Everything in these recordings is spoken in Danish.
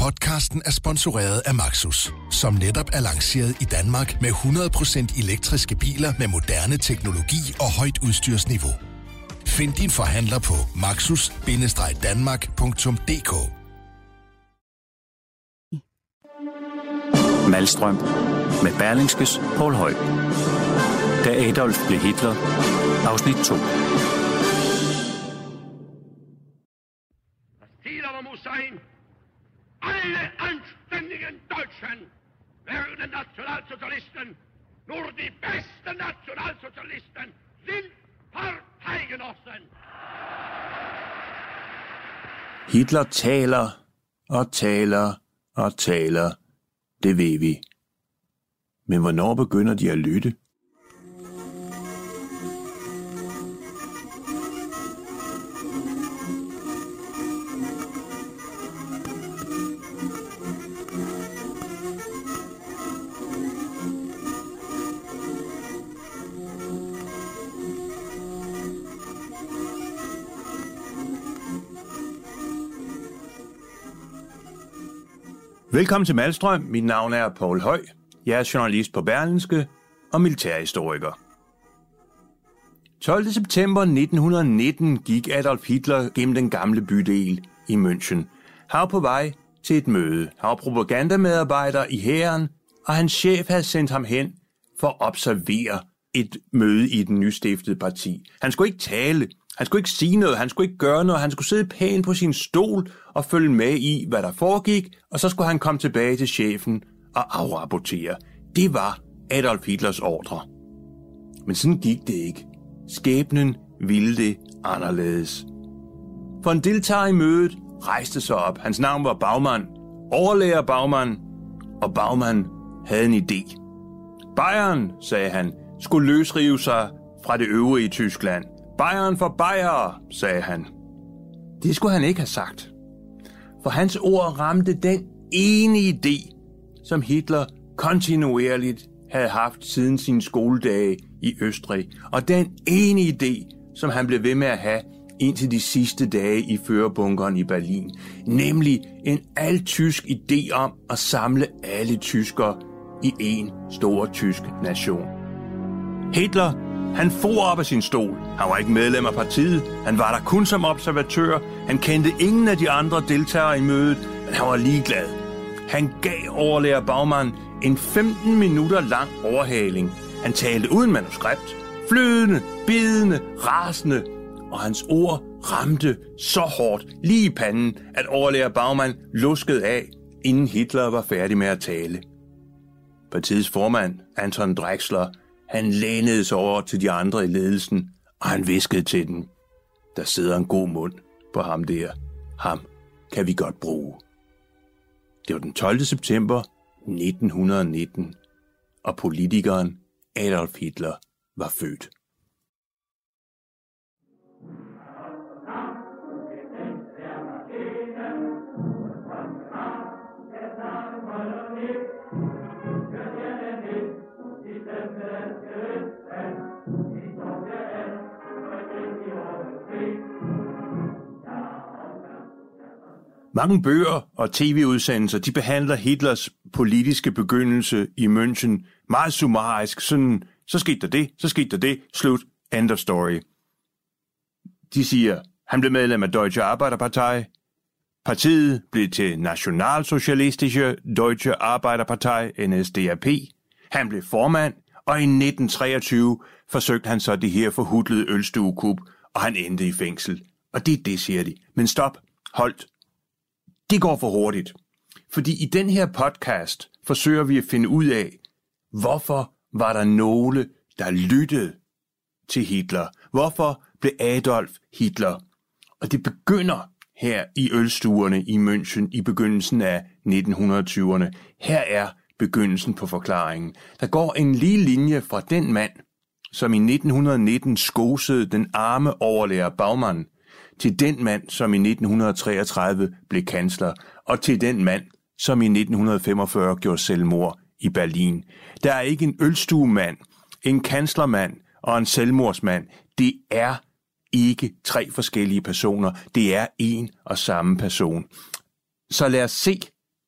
Podcasten er sponsoreret af Maxus, som netop er lanceret i Danmark med 100% elektriske biler med moderne teknologi og højt udstyrsniveau. Find din forhandler på maxus-danmark.dk. Malmstrøm med Berlingskes Poul Høj. Da Adolf blev Hitler, afsnit 2. Das Ziel aber muss sein, alle anständigen Deutschen werden Nationalsozialisten. Nur die besten Nationalsozialisten sind Parteigenossen. Hitler taler og taler og taler. Det ved vi. Men hvornår begynder de at lytte? Velkommen til Malmstrøm. Mit navn er Poul Høj. Jeg er journalist på Berlingske og militærhistoriker. 12. september 1919 gik Adolf Hitler gennem den gamle bydel i München. Han var på vej til et møde. Han var propagandamedarbejder i hæren, og hans chef havde sendt ham hen for at observere et møde i den nystiftede parti. Han skulle ikke tale. Han skulle ikke sige noget, han skulle ikke gøre noget, han skulle sidde pænt på sin stol og følge med i, hvad der foregik, og så skulle han komme tilbage til chefen og afrapportere. Det var Adolf Hitlers ordre. Men sådan gik det ikke. Skæbnen ville det anderledes. For en deltager i mødet rejste sig op. Hans navn var Baumann, overlærer Baumann, og Baumann havde en idé. Bayern, sagde han, skulle løsrive sig fra det øvrige Tyskland. Bayern for Bayer, sagde han. Det skulle han ikke have sagt. For hans ord ramte den ene idé, som Hitler kontinuerligt havde haft siden sine skoledage i Østrig. Og den ene idé, som han blev ved med at have indtil de sidste dage i førerbunkeren i Berlin. Nemlig en altysk idé om at samle alle tyskere i en stor tysk nation. Hitler, han for op af sin stol. Han var ikke medlem af partiet. Han var der kun som observatør. Han kendte ingen af de andre deltagere i mødet, men han var ligeglad. Han gav overlærer Baumann en 15 minutter lang overhaling. Han talte uden manuskript. Flydende, bidende, rasende. Og hans ord ramte så hårdt lige i panden, at overlærer Baumann luskede af, inden Hitler var færdig med at tale. Partiets formand, Anton Drexler, han lænede sig over til de andre i ledelsen, og han hviskede til dem. Der sidder en god mund på ham der. Ham kan vi godt bruge. Det var den 12. september 1919, og politikeren Adolf Hitler var født. Mange bøger og tv-udsendelser, de behandler Hitlers politiske begyndelse i München meget summarisk. Sådan, så skete der det, slut, end of story. De siger, han blev medlem af Deutsche Arbeiterpartei. Partiet blev til Nationalsozialistische Deutsche Arbeiterpartei, NSDAP. Han blev formand, og i 1923 forsøgte han så det her forhudlede ølstuekup, og han endte i fængsel. Og det siger de. Men stop, holdt. Det går for hurtigt, fordi i den her podcast forsøger vi at finde ud af, hvorfor var der nogle, der lyttede til Hitler? Hvorfor blev Adolf Hitler? Og det begynder her i ølstuerne i München i begyndelsen af 1920'erne. Her er begyndelsen på forklaringen. Der går en lige linje fra den mand, som i 1919 skosede den arme overlærer Baumann, til den mand, som i 1933 blev kansler, og til den mand, som i 1945 gjorde selvmord i Berlin. Der er ikke en ølstuemand, en kanslermand og en selvmordsmand. Det er ikke tre forskellige personer. Det er en og samme person. Så lad os se,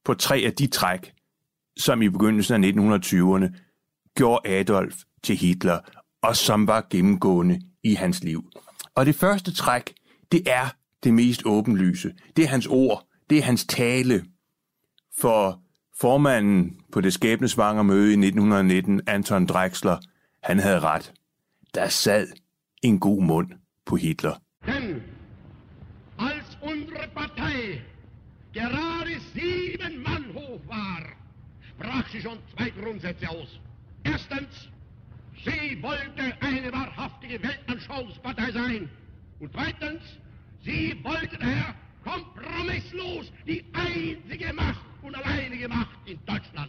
på 3 af de træk, som i begyndelsen af 1920'erne gjorde Adolf til Hitler, og som var gennemgående i hans liv. Og det første træk, det er det mest åbenlyse. Det er hans ord, det er hans tale. For formanden på det skæbnesvangre møde i 1919, Anton Drexler, han havde ret. Der sad en god mund på Hitler. Denn als unsere Partei gerade 7 Mann hoch war, sprach sie schon 2 Grundsätze aus. Erstens, sie wollte eine wahrhaftige Weltanschauungspartei sein. Und zweitens, sie wollte daher kompromisslos die einzige Macht und alleinige Macht in Deutschland.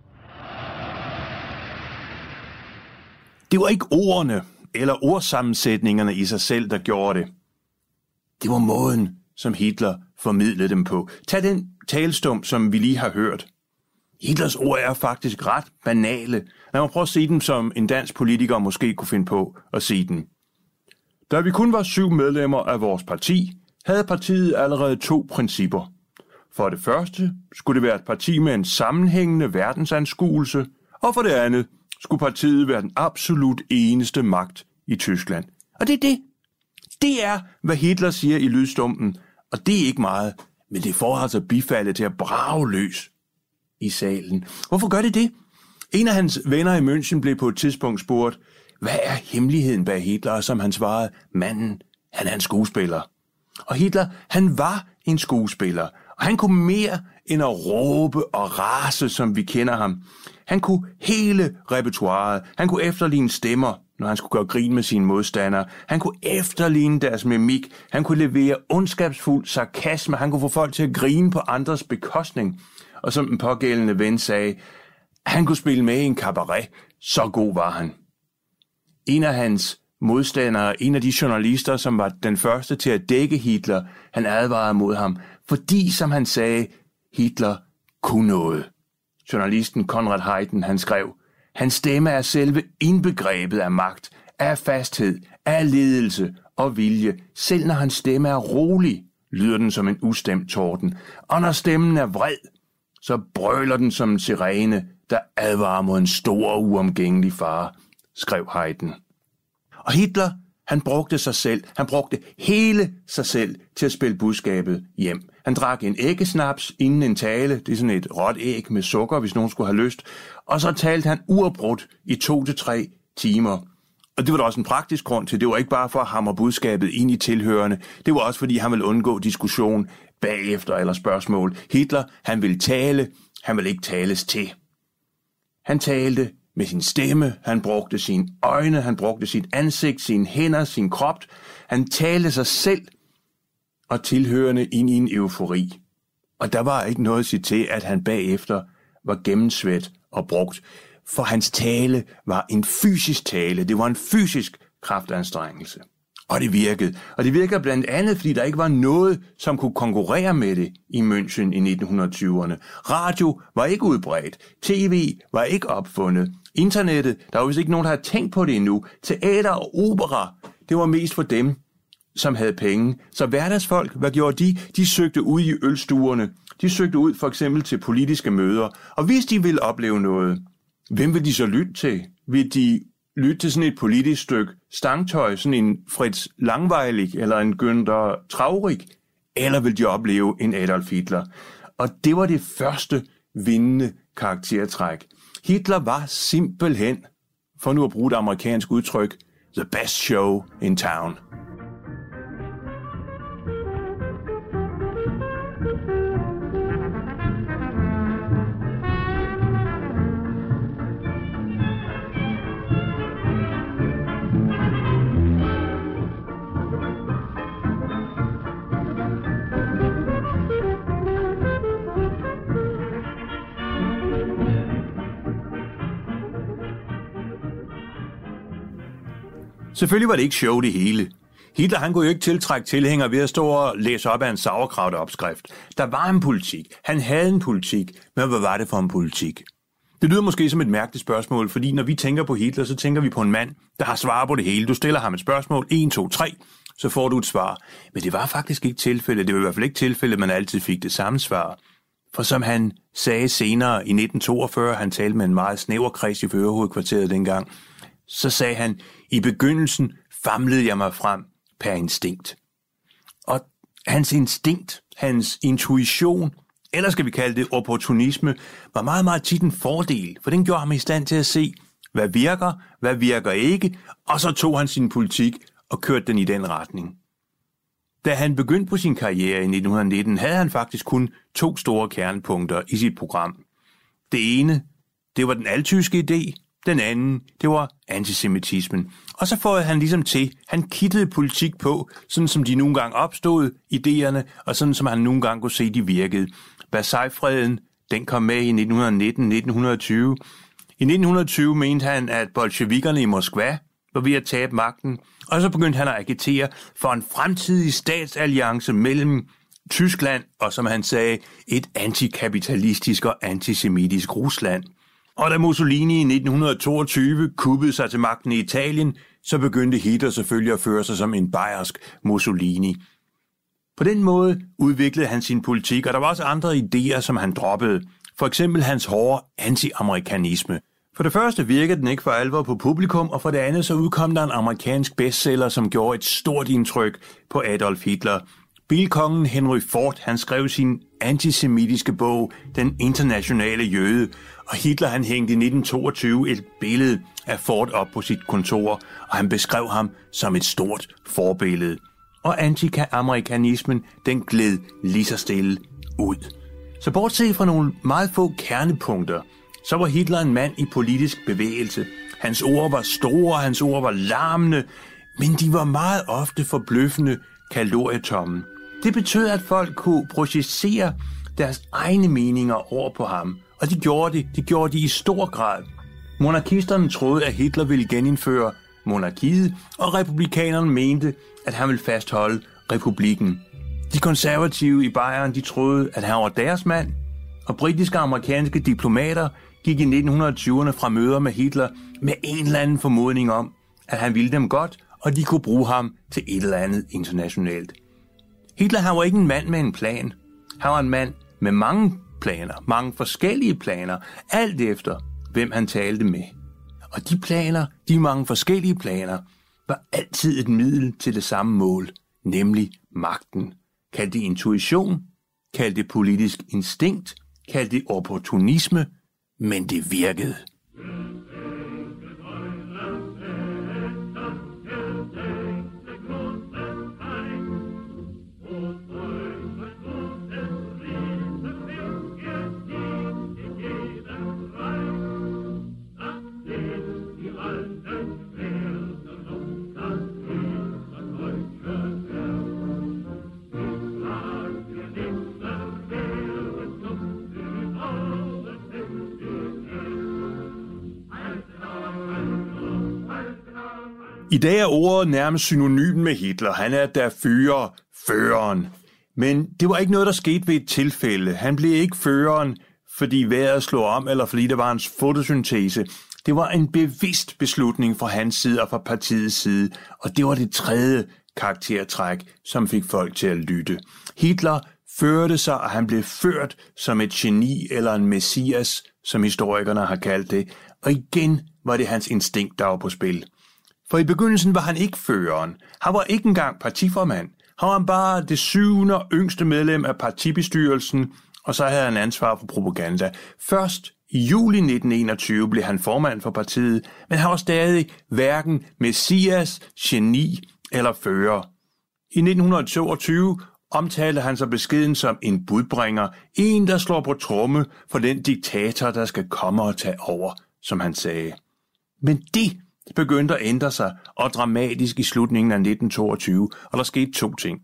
Det var ikke ordene eller ordsammensætningerne i sig selv, der gjorde det. Det var måden, som Hitler formidlede dem på. Tag den talestump, som vi lige har hørt. Hitlers ord er faktisk ret banale. Lad mig prøve at se dem, som en dansk politiker måske kunne finde på at se dem. Da vi kun var 7 medlemmer af vores parti, havde partiet allerede 2 principper. For det første skulle det være et parti med en sammenhængende verdensanskuelse, og for det andet skulle partiet være den absolut eneste magt i Tyskland. Og det er det. Det er, hvad Hitler siger i lydstumpen, og det er ikke meget, men det får altså bifaldet til at brage løs i salen. Hvorfor gør det det? En af hans venner i München blev på et tidspunkt spurgt, hvad er hemmeligheden bag Hitler, som han svarede, manden, han er en skuespiller. Og Hitler, han var en skuespiller, og han kunne mere end at råbe og rase, som vi kender ham. Han kunne hele repertoiret. Han kunne efterligne stemmer, når han skulle gøre grin med sine modstandere. Han kunne efterligne deres mimik. Han kunne levere ondskabsfuld sarkasme. Han kunne få folk til at grine på andres bekostning. Og som den pågældende ven sagde, han kunne spille med i en cabaret. Så god var han. En af hans modstandere, en af de journalister, som var den første til at dække Hitler, han advarede mod ham, fordi, som han sagde, Hitler kunne noget. Journalisten Konrad Heiden, han skrev, hans stemme er selve indbegrebet af magt, af fasthed, af ledelse og vilje. Selv når hans stemme er rolig, lyder den som en ustemt torden. Og når stemmen er vred, så brøler den som en sirene, der advarer mod en stor og uomgængelig fare, skrev Heiden. Og Hitler, han brugte sig selv, han brugte hele sig selv til at spille budskabet hjem. Han drak en æggesnaps inden en tale, det er sådan et råt æg med sukker, hvis nogen skulle have lyst, og så talte han uafbrudt i 2 til 3 timer. Og det var da også en praktisk grund til, det var ikke bare for at hamre budskabet ind i tilhørende, det var også fordi han ville undgå diskussion bagefter eller spørgsmål. Hitler, han ville tale, han ville ikke tales til. Han talte med sin stemme, han brugte sine øjne, han brugte sit ansigt, sine hænder, sin krop. Han talte sig selv og tilhørende ind i en eufori. Og der var ikke noget at sige til, at han bagefter var gennemsvæt og brugt. For hans tale var en fysisk tale. Det var en fysisk kraftanstrengelse. Og det virkede. Og det virkede blandt andet, fordi der ikke var noget, som kunne konkurrere med det i München i 1920'erne. Radio var ikke udbredt. TV var ikke opfundet. Internettet, der var vist ikke nogen, der havde tænkt på det endnu. Teater og opera, det var mest for dem, som havde penge. Så hverdagsfolk, hvad gjorde de? De søgte ud i ølstuerne. De søgte ud for eksempel til politiske møder. Og hvis de ville opleve noget, hvem vil de så lytte til? Vil de lytte til sådan et politisk stykke stangtøj, sådan en Fritz Langweilig eller en Günther Traurig? Eller vil de opleve en Adolf Hitler? Og det var det første vindende karaktertræk. Hitler var simpelthen, for nu at bruge et amerikansk udtryk, the best show in town. Selvfølgelig var det ikke show det hele. Hitler han kunne jo ikke tiltrække tilhængere ved at stå og læse op af en sauerkraut-opskrift. Der var en politik. Han havde en politik. Men hvad var det for en politik? Det lyder måske som et mærkeligt spørgsmål, fordi når vi tænker på Hitler, så tænker vi på en mand, der har svar på det hele. Du stiller ham et spørgsmål, 1, 2, 3, så får du et svar. Men det var faktisk ikke tilfældet. Det var i hvert fald ikke tilfældet, at man altid fik det samme svar. For som han sagde senere i 1942, han talte med en meget snæver kreds i førerhovedkvarteret dengang, så sagde han, i begyndelsen famlede jeg mig frem per instinkt. Og hans instinkt, hans intuition, eller skal vi kalde det opportunisme, var meget, meget tit en fordel, for den gjorde ham i stand til at se, hvad virker ikke, og så tog han sin politik og kørte den i den retning. Da han begyndte på sin karriere i 1919, havde han faktisk kun 2 store kernepunkter i sit program. Det ene, det var den altyske idé, den anden, det var antisemitismen. Og så får han ligesom til, han kittede politik på, sådan som de nogle gange opstod, idéerne, og sådan som han nogle gange kunne se, de virkede. Versailles-freden, den kom med i 1919-1920. I 1920 mente han, at bolsjevikkerne i Moskva var ved at tabe magten, og så begyndte han at agitere for en fremtidig statsalliance mellem Tyskland og, som han sagde, et antikapitalistisk og antisemitisk Rusland. Og da Mussolini i 1922 kuppede sig til magten i Italien, så begyndte Hitler selvfølgelig at føre sig som en bayersk Mussolini. På den måde udviklede han sin politik, og der var også andre idéer, som han droppede. For eksempel hans hårde anti-amerikanisme. For det første virkede den ikke for alvor på publikum, og for det andet så udkom der en amerikansk bestseller, som gjorde et stort indtryk på Adolf Hitler. Bilkongen Henry Ford, han skrev sin antisemitiske bog, Den internationale jøde, og Hitler han hængte i 1922 et billede af Ford op på sit kontor, og han beskrev ham som et stort forbillede. Og anti-amerikanismen, den gled lige så stille ud. Så bortset fra nogle meget få kernepunkter, så var Hitler en mand i politisk bevægelse. Hans ord var store, hans ord var larmende, men de var meget ofte forbløffende kalorietomme. Det betød, at folk kunne projicere deres egne meninger over på ham, og de gjorde det i stor grad. Monarkisterne troede, at Hitler ville genindføre monarkiet, og republikanerne mente, at han ville fastholde republikken. De konservative i Bayern, de troede, at han var deres mand, og britiske og amerikanske diplomater gik i 1920'erne fra møder med Hitler med en eller anden formodning om, at han ville dem godt, og de kunne bruge ham til et eller andet internationalt. Hitler han var ikke en mand med en plan. Han var en mand med mange planer, mange forskellige planer, alt efter hvem han talte med. Og de planer, de mange forskellige planer, var altid et middel til det samme mål, nemlig magten. Kald det intuition, kald det politisk instinkt, kald det opportunisme, men det virkede. I dag er ordet nærmest synonym med Hitler. Han er der føreren. Men det var ikke noget, der skete ved et tilfælde. Han blev ikke føreren, fordi vejret slog om, eller fordi der var hans fotosyntese. Det var en bevidst beslutning fra hans side og fra partiets side, og det var det tredje karaktertræk, som fik folk til at lytte. Hitler førte sig, og han blev ført som et geni eller en messias, som historikerne har kaldt det, og igen var det hans instinkt, der var på spil. For i begyndelsen var han ikke føreren. Han var ikke engang partiformand. Han var bare det 7. og yngste medlem af partibestyrelsen, og så havde han ansvar for propaganda. Først i juli 1921 blev han formand for partiet, men han var stadig hverken messias, geni eller fører. I 1922 omtalte han sig beskeden som en budbringer, en der slår på tromme for den diktator, der skal komme og tage over, som han sagde. Men det begyndte at ændre sig, og dramatisk i slutningen af 1922, og der skete 2 ting.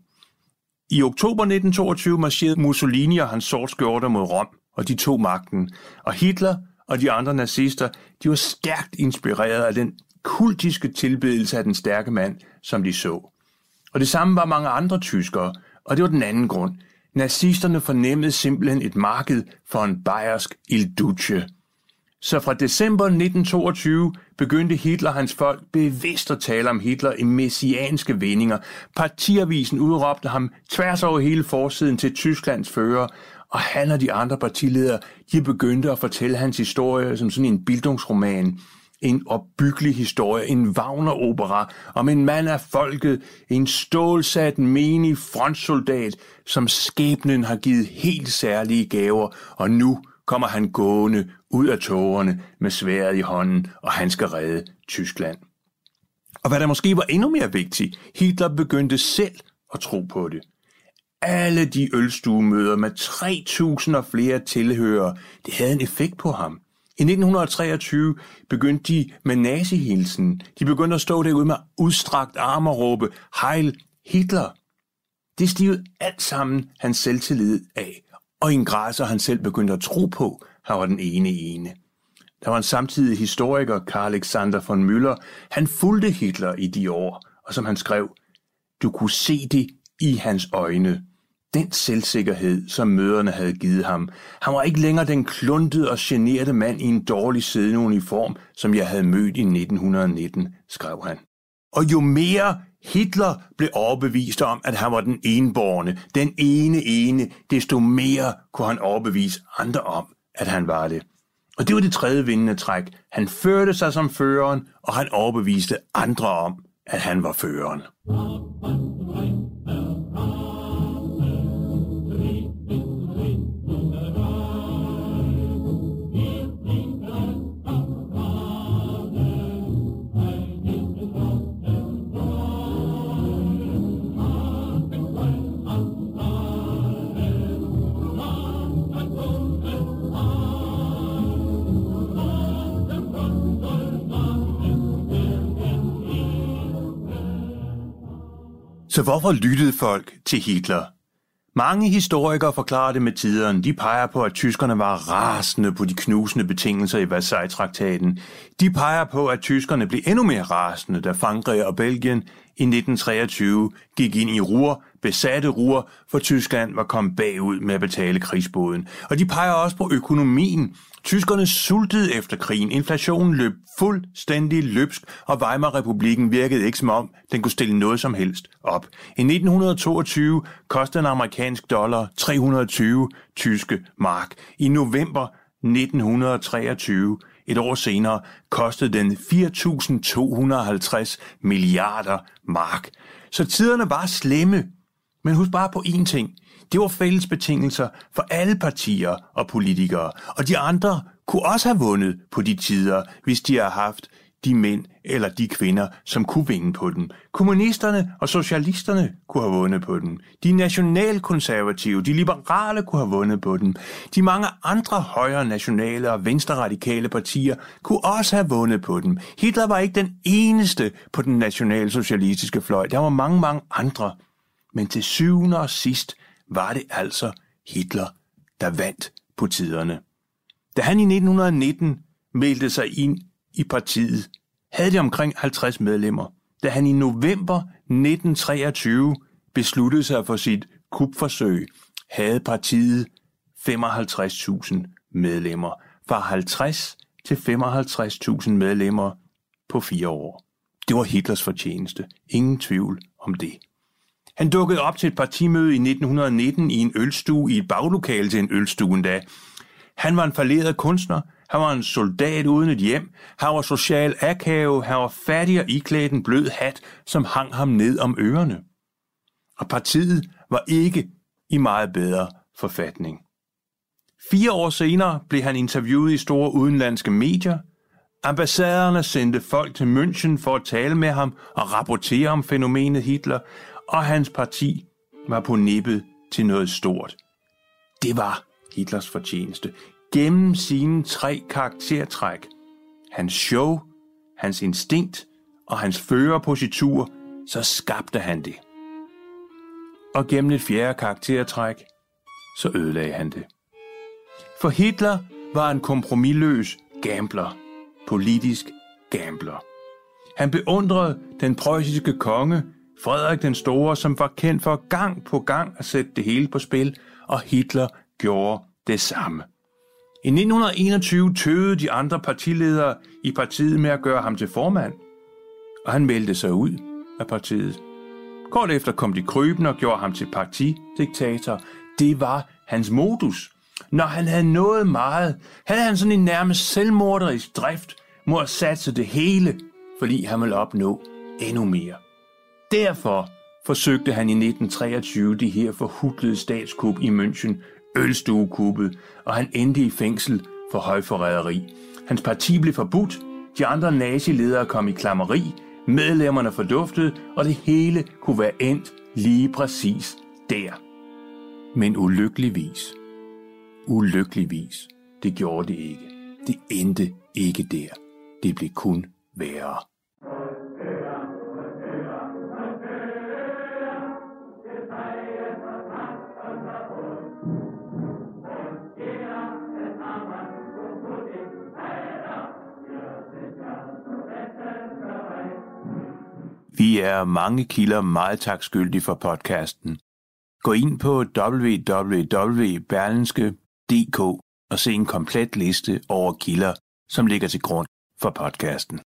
I oktober 1922 marcherede Mussolini og hans sortskjorter mod Rom, og de tog magten. Og Hitler og de andre nazister, de var stærkt inspireret af den kultiske tilbedelse af den stærke mand, som de så. Og det samme var mange andre tyskere, og det var den anden grund. Nazisterne fornemmede simpelthen et marked for en bayersk Il Duce. Så fra december 1922 begyndte Hitler og hans folk bevidst at tale om Hitler i messianske vendinger. Partiavisen udråbte ham tværs over hele forsiden til Tysklands fører, og han og de andre partiledere, de begyndte at fortælle hans historie som sådan en bildungsroman, en opbyggelig historie, en Wagner-opera om en mand af folket, en stålsat menig frontsoldat, som skæbnen har givet helt særlige gaver, og nu kommer han gående ud af tågerne med sværdet i hånden, og han skal redde Tyskland. Og hvad der måske var endnu mere vigtigt, Hitler begyndte selv at tro på det. Alle de ølstuemøder med 3.000 og flere tilhørere, det havde en effekt på ham. I 1923 begyndte de med nazihilsen. De begyndte at stå derude med udstrakt arm og råbe, Heil Hitler! Det stivede alt sammen hans selvtillid af, og i en grad så han selv begyndte at tro på, han var den ene. Der var en samtidig historiker, Karl Alexander von Müller. Han fulgte Hitler i de år, og som han skrev, du kunne se det i hans øjne. Den selvsikkerhed, som møderne havde givet ham. Han var ikke længere den kluntede og generede mand i en dårlig siddende uniform, som jeg havde mødt i 1919, skrev han. Og jo mere Hitler blev overbevist om, at han var den enbårne, den ene, desto mere kunne han overbevise andre om, at han var det. Og det var det tredje vindende træk. Han førte sig som føreren, og han overbeviste andre om, at han var føreren. Så hvorfor lyttede folk til Hitler? Mange historikere forklarer det med tiderne. De peger på, at tyskerne var rasende på de knusende betingelser i Versailles-traktaten. De peger på, at tyskerne blev endnu mere rasende, da Frankrig og Belgien i 1923 gik ind i Ruhr, besatte Ruhr, for Tyskland var kommet bagud med at betale krigsboden. Og de peger også på økonomien. Tyskerne sultede efter krigen. Inflationen løb fuldstændig løbsk, og Weimar-republikken virkede ikke som om, den kunne stille noget som helst op. I 1922 kostede en amerikansk dollar 320 tyske mark. I november 1923, et år senere, kostede den 4.250 milliarder mark. Så tiderne var slemme. Men husk bare på én ting. Det var fælles betingelser for alle partier og politikere, og de andre kunne også have vundet på de tider, hvis de havde haft de mænd eller de kvinder, som kunne vinde på dem. Kommunisterne og socialisterne kunne have vundet på dem. De nationalkonservative, de liberale kunne have vundet på dem. De mange andre højre nationale og venstreradikale partier kunne også have vundet på dem. Hitler var ikke den eneste på den nationalsocialistiske fløj. Der var mange andre. Men til syvende og sidst var det altså Hitler, der vandt på tiderne. Da han i 1919 meldte sig ind i partiet, havde det omkring 50 medlemmer. Da han i november 1923 besluttede sig for sit kupforsøg, havde partiet 55.000 medlemmer. Fra 50 til 55.000 medlemmer på 4 år. Det var Hitlers fortjeneste. Ingen tvivl om det. Han dukkede op til et partimøde i 1919 i en ølstue, i et baglokale til en ølstue endda. Han var en falleret kunstner, han var en soldat uden et hjem, han var social akave, han var fattig og iklædt en blød hat, som hang ham ned om ørerne. Og partiet var ikke i meget bedre forfatning. 4 år senere blev han interviewet i store udenlandske medier. Ambassaderne sendte folk til München for at tale med ham og rapportere om fænomenet Hitler, og hans parti var på nippet til noget stort. Det var Hitlers fortjeneste. Gennem sine 3 karaktertræk, hans show, hans instinkt og hans førerpositur, så skabte han det. Og gennem et 4. karaktertræk, så ødelagde han det. For Hitler var en kompromisløs gambler, politisk gambler. Han beundrede den preussiske konge, Frederik den Store, som var kendt for gang på gang at sætte det hele på spil, og Hitler gjorde det samme. I 1921 tøvede de andre partiledere i partiet med at gøre ham til formand, og han meldte sig ud af partiet. Kort efter kom de krybende og gjorde ham til partidiktator. Det var hans modus. Når han havde nået meget, havde han sådan en nærmest selvmorderisk drift mod at satse det hele, fordi han ville opnå endnu mere. Derfor forsøgte han i 1923 det her forhutlede statskup i München, ølstuekuppet, og han endte i fængsel for højforræderi. Hans parti blev forbudt, de andre naziledere kom i klammeri, medlemmerne forduftede, og det hele kunne være endt lige præcis der. Men ulykkeligvis, det gjorde det ikke. Det endte ikke der. Det blev kun værre. Vi er mange kilder meget takskyldige for podcasten. Gå ind på www.berlingske.dk og se en komplet liste over kilder, som ligger til grund for podcasten.